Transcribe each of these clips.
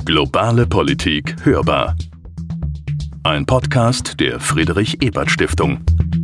Globale Politik hörbar. Ein Podcast der Friedrich-Ebert-Stiftung.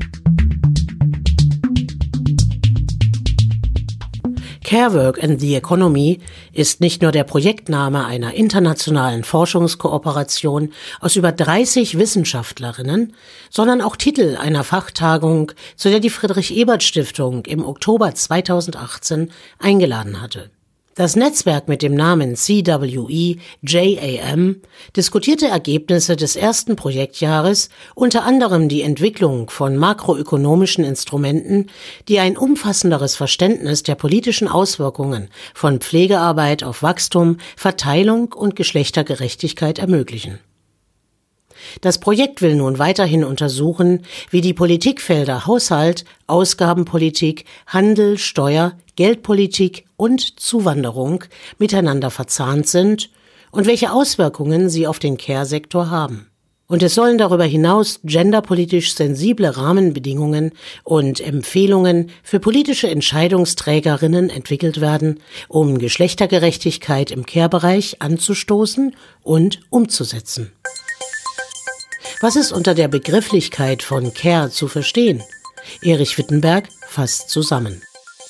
Care Work and the Economy ist nicht nur der Projektname einer internationalen Forschungskooperation aus über 30 Wissenschaftlerinnen, sondern auch Titel einer Fachtagung, zu der die Friedrich-Ebert-Stiftung im Oktober 2018 eingeladen hatte. Das Netzwerk mit dem Namen CWE-JAM diskutierte Ergebnisse des ersten Projektjahres, unter anderem die Entwicklung von makroökonomischen Instrumenten, die ein umfassenderes Verständnis der politischen Auswirkungen von Pflegearbeit auf Wachstum, Verteilung und Geschlechtergerechtigkeit ermöglichen. Das Projekt will nun weiterhin untersuchen, wie die Politikfelder Haushalt, Ausgabenpolitik, Handel, Steuer, Geldpolitik und Zuwanderung miteinander verzahnt sind und welche Auswirkungen sie auf den Care-Sektor haben. Und es sollen darüber hinaus genderpolitisch sensible Rahmenbedingungen und Empfehlungen für politische Entscheidungsträgerinnen entwickelt werden, um Geschlechtergerechtigkeit im Care-Bereich anzustoßen und umzusetzen. Was ist unter der Begrifflichkeit von Care zu verstehen? Erich Wittenberg fasst zusammen.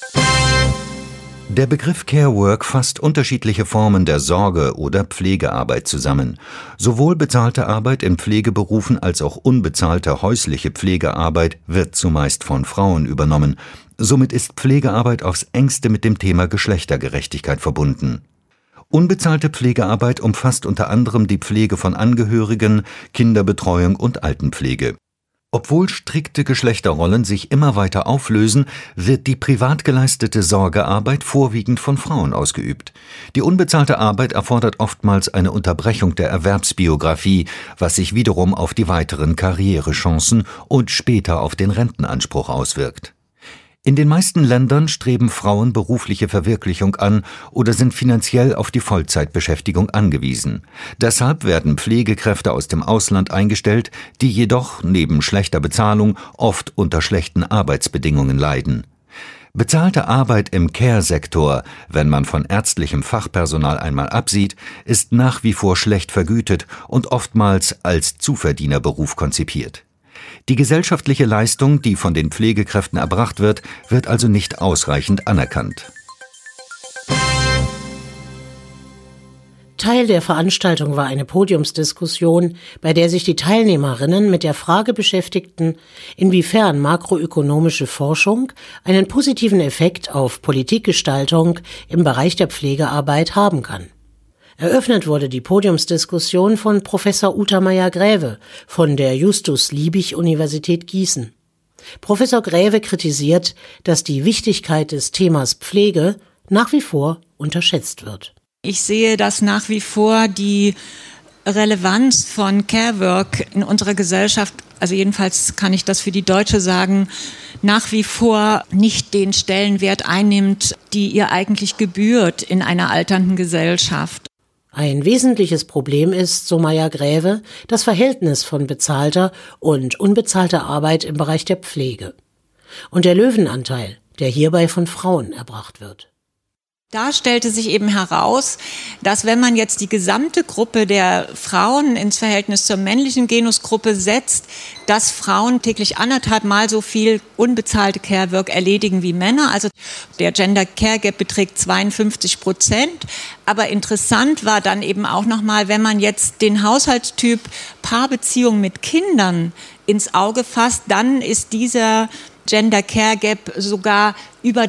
Der Begriff Care Work fasst unterschiedliche Formen der Sorge- oder Pflegearbeit zusammen. Sowohl bezahlte Arbeit in Pflegeberufen als auch unbezahlte häusliche Pflegearbeit wird zumeist von Frauen übernommen. Somit ist Pflegearbeit aufs engste mit dem Thema Geschlechtergerechtigkeit verbunden. Unbezahlte Pflegearbeit umfasst unter anderem die Pflege von Angehörigen, Kinderbetreuung und Altenpflege. Obwohl strikte Geschlechterrollen sich immer weiter auflösen, wird die privat geleistete Sorgearbeit vorwiegend von Frauen ausgeübt. Die unbezahlte Arbeit erfordert oftmals eine Unterbrechung der Erwerbsbiografie, was sich wiederum auf die weiteren Karrierechancen und später auf den Rentenanspruch auswirkt. In den meisten Ländern streben Frauen berufliche Verwirklichung an oder sind finanziell auf die Vollzeitbeschäftigung angewiesen. Deshalb werden Pflegekräfte aus dem Ausland eingestellt, die jedoch neben schlechter Bezahlung oft unter schlechten Arbeitsbedingungen leiden. Bezahlte Arbeit im Care-Sektor, wenn man von ärztlichem Fachpersonal einmal absieht, ist nach wie vor schlecht vergütet und oftmals als Zuverdienerberuf konzipiert. Die gesellschaftliche Leistung, die von den Pflegekräften erbracht wird, wird also nicht ausreichend anerkannt. Teil der Veranstaltung war eine Podiumsdiskussion, bei der sich die Teilnehmerinnen mit der Frage beschäftigten, inwiefern makroökonomische Forschung einen positiven Effekt auf Politikgestaltung im Bereich der Pflegearbeit haben kann. Eröffnet wurde die Podiumsdiskussion von Professor Uta Meier-Graewe von der Justus-Liebig-Universität Gießen. Professor Graewe kritisiert, dass die Wichtigkeit des Themas Pflege nach wie vor unterschätzt wird. Ich sehe, dass nach wie vor die Relevanz von Care Work in unserer Gesellschaft, also jedenfalls kann ich das für die Deutsche sagen, nach wie vor nicht den Stellenwert einnimmt, die ihr eigentlich gebührt in einer alternden Gesellschaft. Ein wesentliches Problem ist, so Meier-Graewe, das Verhältnis von bezahlter und unbezahlter Arbeit im Bereich der Pflege und der Löwenanteil, der hierbei von Frauen erbracht wird. Da stellte sich eben heraus, dass wenn man jetzt die gesamte Gruppe der Frauen ins Verhältnis zur männlichen Genusgruppe setzt, dass Frauen täglich 1,5 Mal so viel unbezahlte Care Work erledigen wie Männer. Also der Gender Care Gap beträgt 52%. Aber interessant war dann eben auch nochmal, wenn man jetzt den Haushaltstyp Paarbeziehung mit Kindern ins Auge fasst, dann ist dieser Gender Care Gap sogar über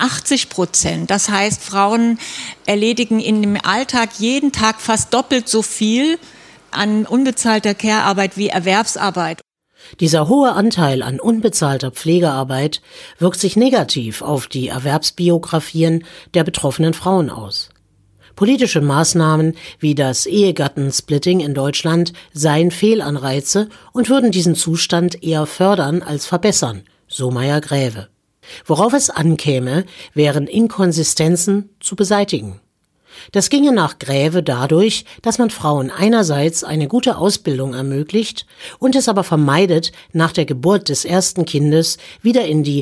83%. Das heißt, Frauen erledigen in dem Alltag jeden Tag fast doppelt so viel an unbezahlter Care-Arbeit wie Erwerbsarbeit. Dieser hohe Anteil an unbezahlter Pflegearbeit wirkt sich negativ auf die Erwerbsbiografien der betroffenen Frauen aus. Politische Maßnahmen wie das Ehegattensplitting in Deutschland seien Fehlanreize und würden diesen Zustand eher fördern als verbessern, so Meier-Graewe. Worauf es ankäme, wären Inkonsistenzen zu beseitigen. Das ginge nach Graewe dadurch, dass man Frauen einerseits eine gute Ausbildung ermöglicht und es aber vermeidet, nach der Geburt des ersten Kindes wieder in die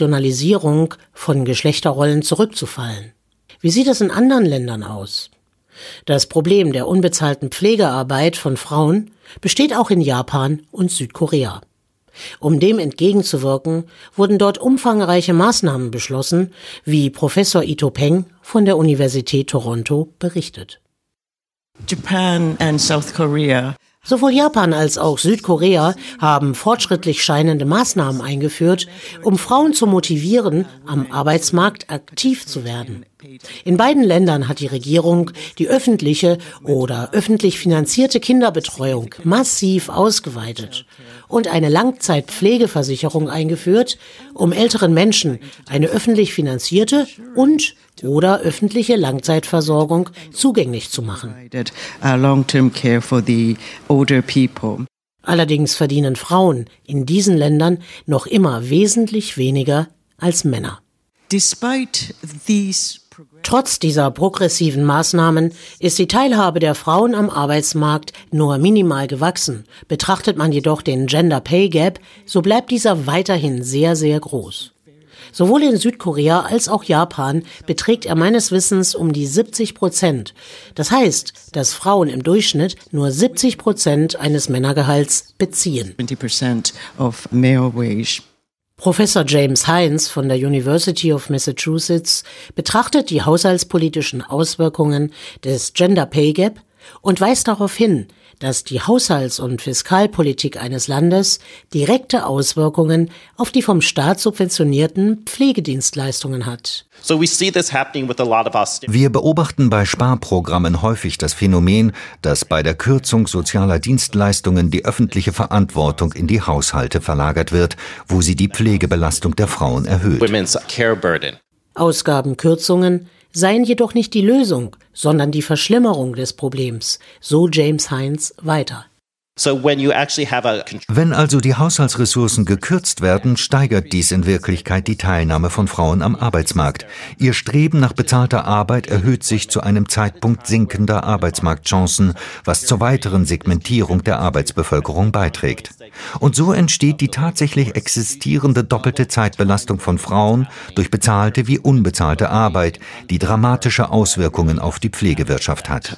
Retraditionalisierung von Geschlechterrollen zurückzufallen. Wie sieht es in anderen Ländern aus? Das Problem der unbezahlten Pflegearbeit von Frauen besteht auch in Japan und Südkorea. Um dem entgegenzuwirken, wurden dort umfangreiche Maßnahmen beschlossen, wie Professor Ito Peng von der Universität Toronto berichtet. Japan and South Korea. Sowohl Japan als auch Südkorea haben fortschrittlich scheinende Maßnahmen eingeführt, um Frauen zu motivieren, am Arbeitsmarkt aktiv zu werden. In beiden Ländern hat die Regierung die öffentliche oder öffentlich finanzierte Kinderbetreuung massiv ausgeweitet und eine Langzeitpflegeversicherung eingeführt, um älteren Menschen eine öffentlich finanzierte und oder öffentliche Langzeitversorgung zugänglich zu machen. Allerdings verdienen Frauen in diesen Ländern noch immer wesentlich weniger als Männer. Trotz dieser progressiven Maßnahmen ist die Teilhabe der Frauen am Arbeitsmarkt nur minimal gewachsen. Betrachtet man jedoch den Gender Pay Gap, so bleibt dieser weiterhin sehr, sehr groß. Sowohl in Südkorea als auch Japan beträgt er meines Wissens um die 70%. Das heißt, dass Frauen im Durchschnitt nur 70% eines Männergehalts beziehen. 20% of male wage. Professor James Hines von der University of Massachusetts betrachtet die haushaltspolitischen Auswirkungen des Gender Pay Gap und weist darauf hin, dass die Haushalts- und Fiskalpolitik eines Landes direkte Auswirkungen auf die vom Staat subventionierten Pflegedienstleistungen hat. Wir beobachten bei Sparprogrammen häufig das Phänomen, dass bei der Kürzung sozialer Dienstleistungen die öffentliche Verantwortung in die Haushalte verlagert wird, wo sie die Pflegebelastung der Frauen erhöht. Ausgabenkürzungen seien jedoch nicht die Lösung, sondern die Verschlimmerung des Problems, so James Hines weiter. Wenn also die Haushaltsressourcen gekürzt werden, steigert dies in Wirklichkeit die Teilnahme von Frauen am Arbeitsmarkt. Ihr Streben nach bezahlter Arbeit erhöht sich zu einem Zeitpunkt sinkender Arbeitsmarktchancen, was zur weiteren Segmentierung der Arbeitsbevölkerung beiträgt. Und so entsteht die tatsächlich existierende doppelte Zeitbelastung von Frauen durch bezahlte wie unbezahlte Arbeit, die dramatische Auswirkungen auf die Pflegewirtschaft hat.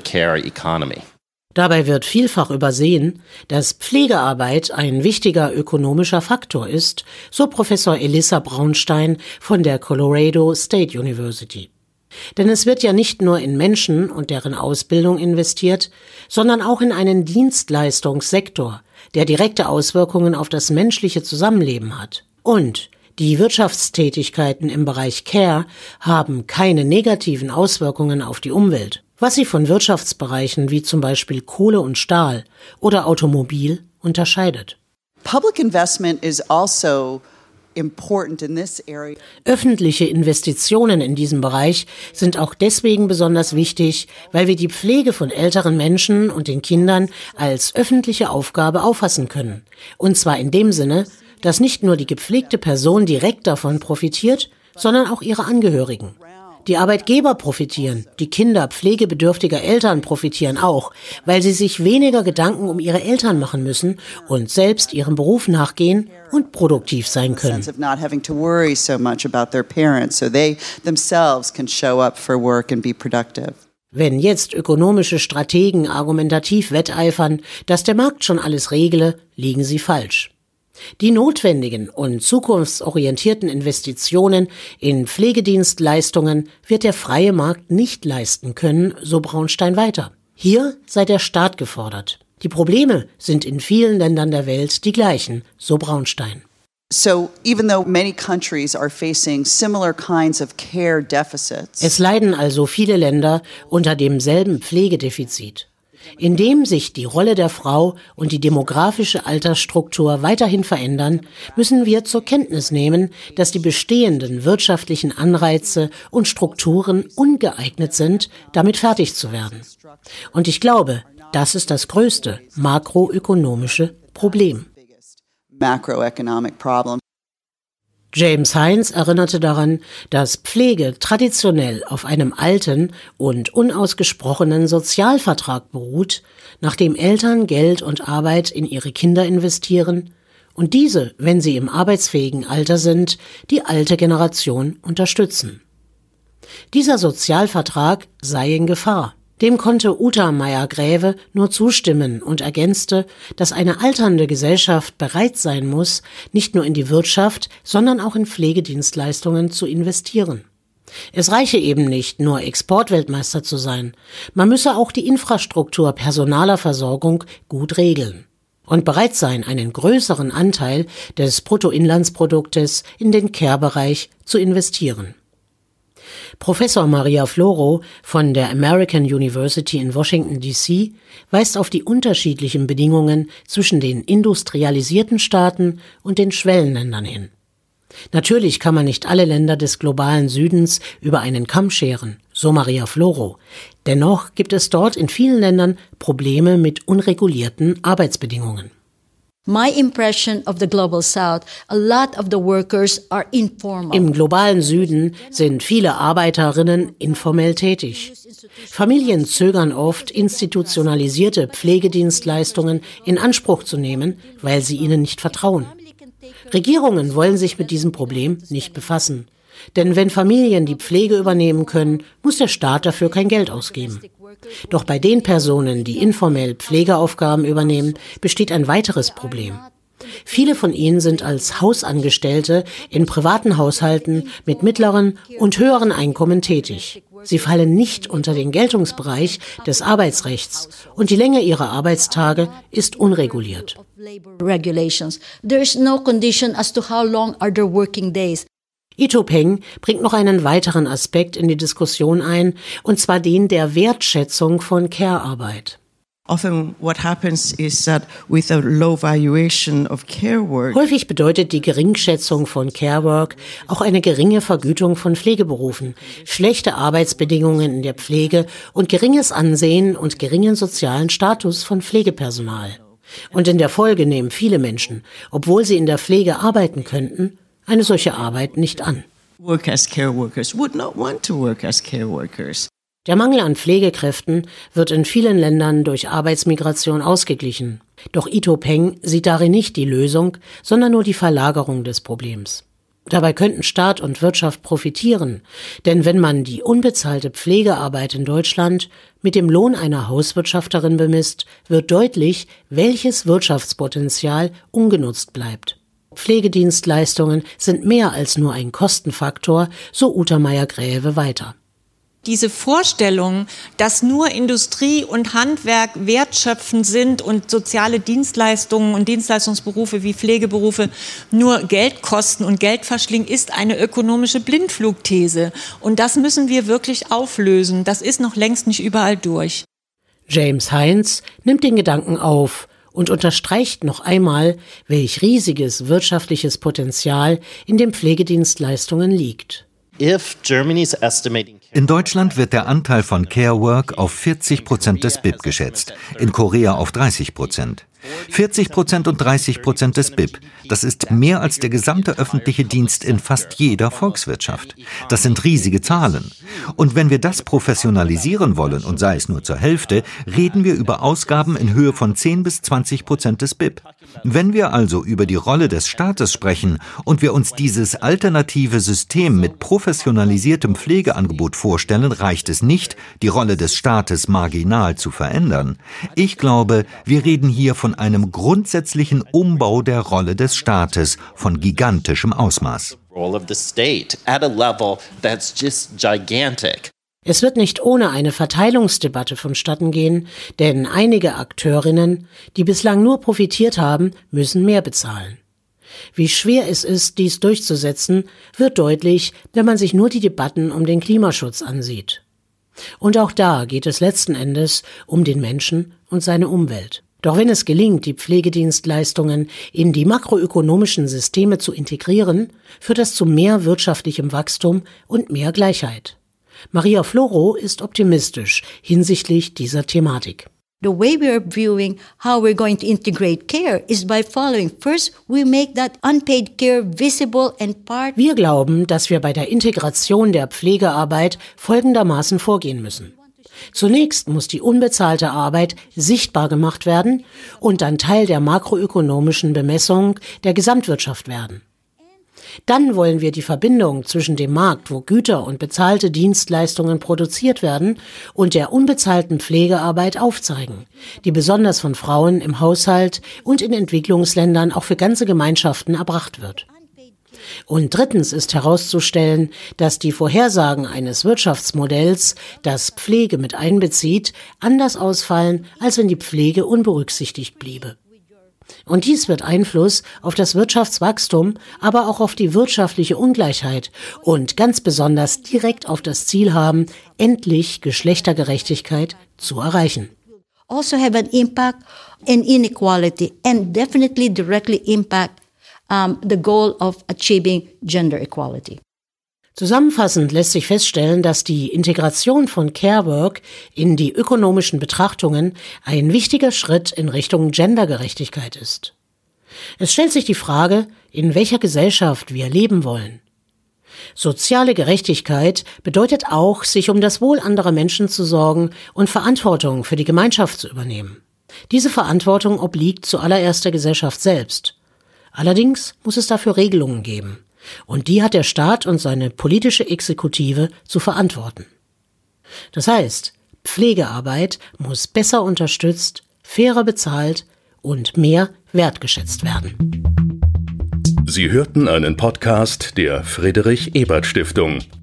Dabei wird vielfach übersehen, dass Pflegearbeit ein wichtiger ökonomischer Faktor ist, so Professor Elissa Braunstein von der Colorado State University. Denn es wird ja nicht nur in Menschen und deren Ausbildung investiert, sondern auch in einen Dienstleistungssektor, der direkte Auswirkungen auf das menschliche Zusammenleben hat. Und die Wirtschaftstätigkeiten im Bereich Care haben keine negativen Auswirkungen auf die Umwelt, was sie von Wirtschaftsbereichen wie zum Beispiel Kohle und Stahl oder Automobil unterscheidet. Public investment is also important in this area. Öffentliche Investitionen in diesem Bereich sind auch deswegen besonders wichtig, weil wir die Pflege von älteren Menschen und den Kindern als öffentliche Aufgabe auffassen können. Und zwar in dem Sinne, dass nicht nur die gepflegte Person direkt davon profitiert, sondern auch ihre Angehörigen. Die Arbeitgeber profitieren, die Kinder pflegebedürftiger Eltern profitieren auch, weil sie sich weniger Gedanken um ihre Eltern machen müssen und selbst ihrem Beruf nachgehen und produktiv sein können. Wenn jetzt ökonomische Strategen argumentativ wetteifern, dass der Markt schon alles regle, liegen sie falsch. Die notwendigen und zukunftsorientierten Investitionen in Pflegedienstleistungen wird der freie Markt nicht leisten können, so Braunstein weiter. Hier sei der Staat gefordert. Die Probleme sind in vielen Ländern der Welt die gleichen, so Braunstein. So even though many countries are facing similar kinds of care deficits. Es leiden also viele Länder unter demselben Pflegedefizit. Indem sich die Rolle der Frau und die demografische Altersstruktur weiterhin verändern, müssen wir zur Kenntnis nehmen, dass die bestehenden wirtschaftlichen Anreize und Strukturen ungeeignet sind, damit fertig zu werden. Und ich glaube, das ist das größte makroökonomische Problem. Macroeconomic problem. James Hines erinnerte daran, dass Pflege traditionell auf einem alten und unausgesprochenen Sozialvertrag beruht, nach dem Eltern Geld und Arbeit in ihre Kinder investieren und diese, wenn sie im arbeitsfähigen Alter sind, die alte Generation unterstützen. Dieser Sozialvertrag sei in Gefahr. Dem konnte Uta Meier-Gräve nur zustimmen und ergänzte, dass eine alternde Gesellschaft bereit sein muss, nicht nur in die Wirtschaft, sondern auch in Pflegedienstleistungen zu investieren. Es reiche eben nicht, nur Exportweltmeister zu sein. Man müsse auch die Infrastruktur personaler Versorgung gut regeln und bereit sein, einen größeren Anteil des Bruttoinlandsproduktes in den Care-Bereich zu investieren. Professor Maria Floro von der American University in Washington, D.C. weist auf die unterschiedlichen Bedingungen zwischen den industrialisierten Staaten und den Schwellenländern hin. Natürlich kann man nicht alle Länder des globalen Südens über einen Kamm scheren, so Maria Floro. Dennoch gibt es dort in vielen Ländern Probleme mit unregulierten Arbeitsbedingungen. My impression of the global south, a lot of the workers are informal. Im globalen Süden sind viele Arbeiterinnen informell tätig. Familien zögern oft, institutionalisierte Pflegedienstleistungen in Anspruch zu nehmen, weil sie ihnen nicht vertrauen. Regierungen wollen sich mit diesem Problem nicht befassen. Denn wenn Familien die Pflege übernehmen können, muss der Staat dafür kein Geld ausgeben. Doch bei den Personen, die informell Pflegeaufgaben übernehmen, besteht ein weiteres Problem. Viele von ihnen sind als Hausangestellte in privaten Haushalten mit mittleren und höheren Einkommen tätig. Sie fallen nicht unter den Geltungsbereich des Arbeitsrechts und die Länge ihrer Arbeitstage ist unreguliert. Ito Peng bringt noch einen weiteren Aspekt in die Diskussion ein, und zwar den der Wertschätzung von Care-Arbeit. Häufig bedeutet die Geringschätzung von Care-Work auch eine geringe Vergütung von Pflegeberufen, schlechte Arbeitsbedingungen in der Pflege und geringes Ansehen und geringen sozialen Status von Pflegepersonal. Und in der Folge nehmen viele Menschen, obwohl sie in der Pflege arbeiten könnten, eine solche Arbeit nicht an. Der Mangel an Pflegekräften wird in vielen Ländern durch Arbeitsmigration ausgeglichen. Doch Ito Peng sieht darin nicht die Lösung, sondern nur die Verlagerung des Problems. Dabei könnten Staat und Wirtschaft profitieren, denn wenn man die unbezahlte Pflegearbeit in Deutschland mit dem Lohn einer Hauswirtschafterin bemisst, wird deutlich, welches Wirtschaftspotenzial ungenutzt bleibt. Pflegedienstleistungen sind mehr als nur ein Kostenfaktor, so Uta Meier-Gräve weiter. Diese Vorstellung, dass nur Industrie und Handwerk wertschöpfend sind und soziale Dienstleistungen und Dienstleistungsberufe wie Pflegeberufe nur Geld kosten und Geld verschlingen, ist eine ökonomische Blindflugthese. Und das müssen wir wirklich auflösen. Das ist noch längst nicht überall durch. James Heinz nimmt den Gedanken auf und unterstreicht noch einmal, welch riesiges wirtschaftliches Potenzial in den Pflegedienstleistungen liegt. In Deutschland wird der Anteil von Care Work auf 40% des BIP geschätzt, in Korea auf 30%. 40% und 30% des BIP, das ist mehr als der gesamte öffentliche Dienst in fast jeder Volkswirtschaft. Das sind riesige Zahlen. Und wenn wir das professionalisieren wollen, und sei es nur zur Hälfte, reden wir über Ausgaben in Höhe von 10-20% des BIP. Wenn wir also über die Rolle des Staates sprechen und wir uns dieses alternative System mit professionalisiertem Pflegeangebot vorstellen, reicht es nicht, die Rolle des Staates marginal zu verändern. Ich glaube, wir reden hier von einem grundsätzlichen Umbau der Rolle des Staates von gigantischem Ausmaß. Es wird nicht ohne eine Verteilungsdebatte vonstatten gehen, denn einige Akteurinnen, die bislang nur profitiert haben, müssen mehr bezahlen. Wie schwer es ist, dies durchzusetzen, wird deutlich, wenn man sich nur die Debatten um den Klimaschutz ansieht. Und auch da geht es letzten Endes um den Menschen und seine Umwelt. Doch wenn es gelingt, die Pflegedienstleistungen in die makroökonomischen Systeme zu integrieren, führt das zu mehr wirtschaftlichem Wachstum und mehr Gleichheit. Maria Floro ist optimistisch hinsichtlich dieser Thematik. The way we are viewing how we're going to integrate care is by following. First, we make that unpaid care visible and part. Wir glauben, dass wir bei der Integration der Pflegearbeit folgendermaßen vorgehen müssen. Zunächst muss die unbezahlte Arbeit sichtbar gemacht werden und dann Teil der makroökonomischen Bemessung der Gesamtwirtschaft werden. Dann wollen wir die Verbindung zwischen dem Markt, wo Güter und bezahlte Dienstleistungen produziert werden, und der unbezahlten Pflegearbeit aufzeigen, die besonders von Frauen im Haushalt und in Entwicklungsländern auch für ganze Gemeinschaften erbracht wird. Und drittens ist herauszustellen, dass die Vorhersagen eines Wirtschaftsmodells, das Pflege mit einbezieht, anders ausfallen, als wenn die Pflege unberücksichtigt bliebe. Und dies wird Einfluss auf das Wirtschaftswachstum, aber auch auf die wirtschaftliche Ungleichheit und ganz besonders direkt auf das Ziel haben, endlich Geschlechtergerechtigkeit zu erreichen. Also have an impact in inequality and definitely directly impact the goal of achieving gender equality. Zusammenfassend lässt sich feststellen, dass die Integration von Care Work in die ökonomischen Betrachtungen ein wichtiger Schritt in Richtung Gendergerechtigkeit ist. Es stellt sich die Frage, in welcher Gesellschaft wir leben wollen. Soziale Gerechtigkeit bedeutet auch, sich um das Wohl anderer Menschen zu sorgen und Verantwortung für die Gemeinschaft zu übernehmen. Diese Verantwortung obliegt zuallererst der Gesellschaft selbst. Allerdings muss es dafür Regelungen geben. Und die hat der Staat und seine politische Exekutive zu verantworten. Das heißt, Pflegearbeit muss besser unterstützt, fairer bezahlt und mehr wertgeschätzt werden. Sie hörten einen Podcast der Friedrich Ebert Stiftung.